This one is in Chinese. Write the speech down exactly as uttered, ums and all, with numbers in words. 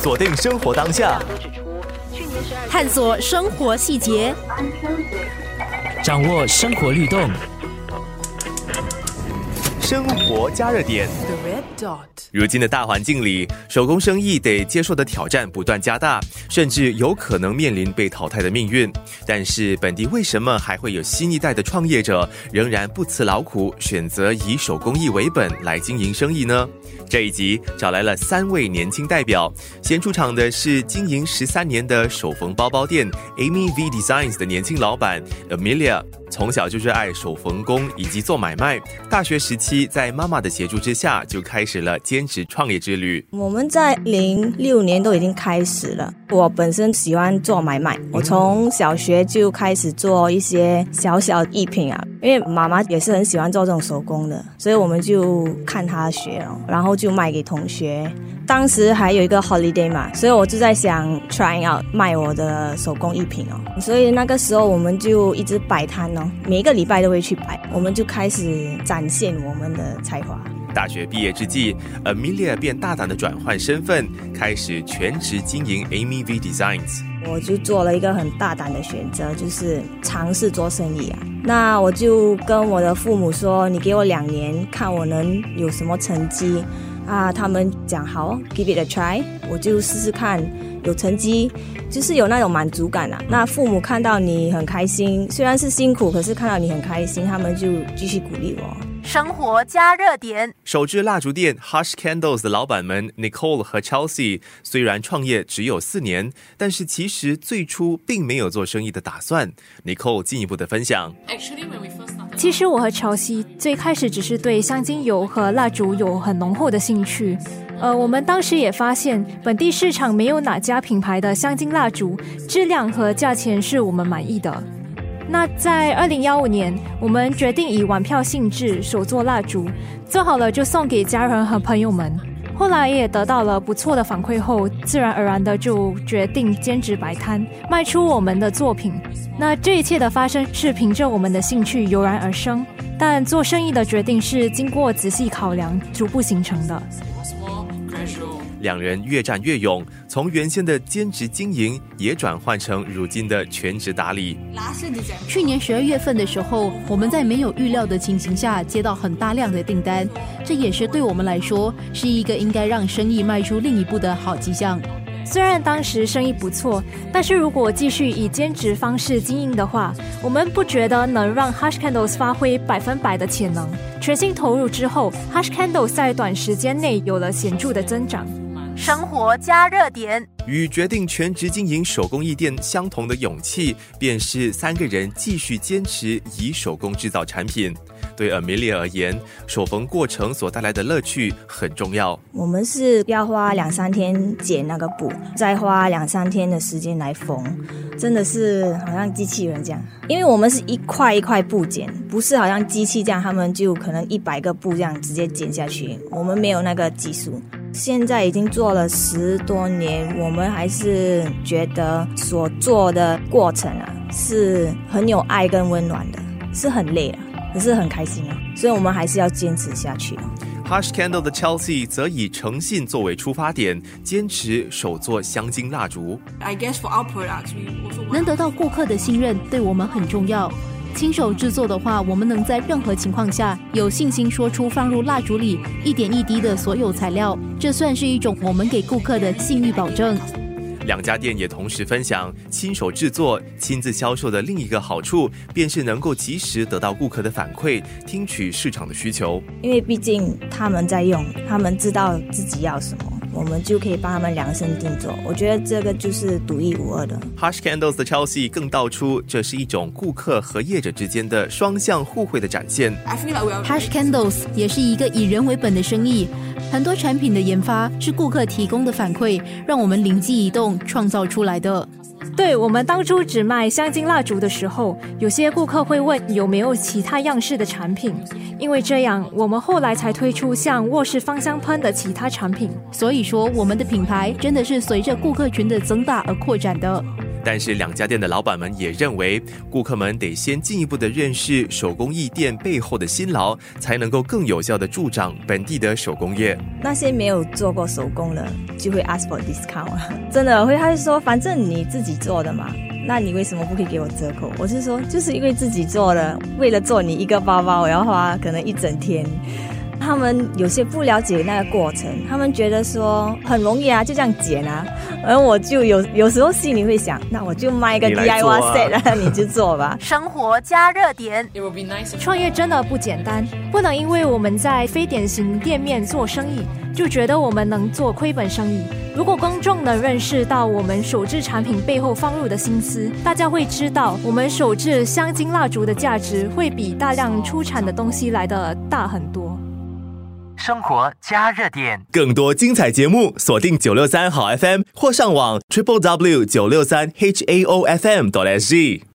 锁定生活当下， 探索生活细节， 掌握生活律动， 生活加热点。如今的大环境里，手工生意得接受的挑战不断加大，甚至有可能面临被淘汰的命运。但是本地为什么还会有新一代的创业者仍然不辞劳苦，选择以手工艺为本来经营生意呢？这一集找来了三位年轻代表，先出场的是经营十三年的手缝包包店 Amy V Designs 的年轻老板 Amelia。从小就热爱手缝工以及做买卖，大学时期在妈妈的协助之下，就开始了兼职创业之旅。 我们在零六年都已经开始了。我本身喜欢做买卖，我从小学就开始做一些小小艺品啊，因为妈妈也是很喜欢做这种手工的，所以我们就看她学哦，然后就卖给同学。当时还有一个 holiday 嘛，所以我就在想 trying out 卖我的手工艺品哦，所以那个时候我们就一直摆摊哦，每一个礼拜都会去摆，我们就开始展现我们的才华。 大学毕业之际 Amelia 便大胆地转换身份，开始全职经营 Amy V Designs。 我就做了一个很大胆的选择，就是尝试做生意啊。那我就跟我的父母说，你给我两年看我能有什么成绩啊，他们讲好 give it a try， 我就试试看，有成绩就是有那种满足感啊。那父母看到你很开心，虽然是辛苦，可是看到你很开心，他们就继续鼓励我。 生活加热点。 手制蜡烛店 Hush Candles 的老板们 Nicole 和 Chelsea 虽然创业只有四年，但是其实最初并没有做生意的打算。 Nicole 进一步的分享， 其实我和乔西最开始只是对香精油和蜡烛有很浓厚的兴趣。呃，我们当时也发现本地市场没有哪家品牌的香精蜡烛质量和价钱是我们满意的。那在二零一五年，我们决定以玩票性质手做蜡烛，做好了就送给家人和朋友们。后来也得到了不错的反馈后，自然而然的就决定兼职摆摊，卖出我们的作品。那这一切的发生是凭着我们的兴趣油然而生，但做生意的决定是经过仔细考量逐步形成的。 两人越战越勇，从原先的兼职经营也转换成如今的全职打理。 去年十二月份的时候，我们在没有预料的情形下接到很大量的订单，这也是对我们来说是一个应该让生意迈出另一步的好迹象。 虽然当时生意不错，但是如果继续以兼职方式经营的话，我们不觉得能让 Hush Candles 发挥百分百的潜能。全心投入之后， Hush Candles 在短时间内有了显著的增长。 生活加热点。 与决定全职经营手工艺店相同的勇气，便是三个人继续坚持以手工制造产品。对 Amelia 而言，手缝过程所带来的乐趣很重要。 我们是要花两三天剪那个布，再花两三天的时间来缝，真的是好像机器人这样。因为我们是一块一块布剪，不是好像机器这样，他们就可能一百个布这样直接剪下去，我们没有那个技术。现在已经做了十多年，我们还是觉得所做的过程啊是很有爱跟温暖的，是很累啊，可是很开心啊，所以我们还是要坚持下去。 Hush Candle 的 Chelsea 则以诚信作为出发点，坚持手做香精蜡烛。 能得到顾客的信任对我们很重要。亲手制作的话，我们能在任何情况下有信心说出放入蜡烛里一点一滴的所有材料，这算是一种我们给顾客的信誉保证。 两家店也同时分享，亲手制作、亲自销售的另一个好处，便是能够及时得到顾客的反馈，听取市场的需求。 因为毕竟他们在用，他们知道自己要什么，我们就可以帮他们量身定做。我觉得这个就是独一无二的。 Hush Candles 的 Chelsea 更道出，这是一种顾客和业者之间的双向互惠的展现。 Hush Candles 也是一个以人为本的生意，很多产品的研发是顾客提供的反馈，让我们灵机一动创造出来的。 对，我们当初只卖香精蜡烛的时候，有些顾客会问有没有其他样式的产品，因为这样我们后来才推出像卧室芳香喷的其他产品。 所以说我们的品牌真的是随着顾客群的增大而扩展的。 但是两家店的老板们也认为，顾客们得先进一步的认识手工艺店背后的辛劳，才能够更有效的助长本地的手工业。 那些没有做过手工的就会 ask for discount， 真的会，他会说反正你自己做的嘛，那你为什么不可以给我折扣？我是说就是因为自己做的，为了做你一个包包我要花可能一整天。他们有些不了解那个过程，他们觉得说很容易啊，就这样剪啊，而我就有有时候心里会想，那我就卖一个 D I Y set 啊，你就做吧。 生活加热点， 创业真的不简单，不能因为我们在非典型店面做生意，就觉得我们能做亏本生意。如果公众能认识到我们手制产品背后放入的心思，大家会知道我们手制香精蜡烛的价值会比大量出产的东西来得大很多。 生活加热点， 更多精彩节目锁定九六三好 F M 或上网 triple w 九六三 H A O F M 点 S G。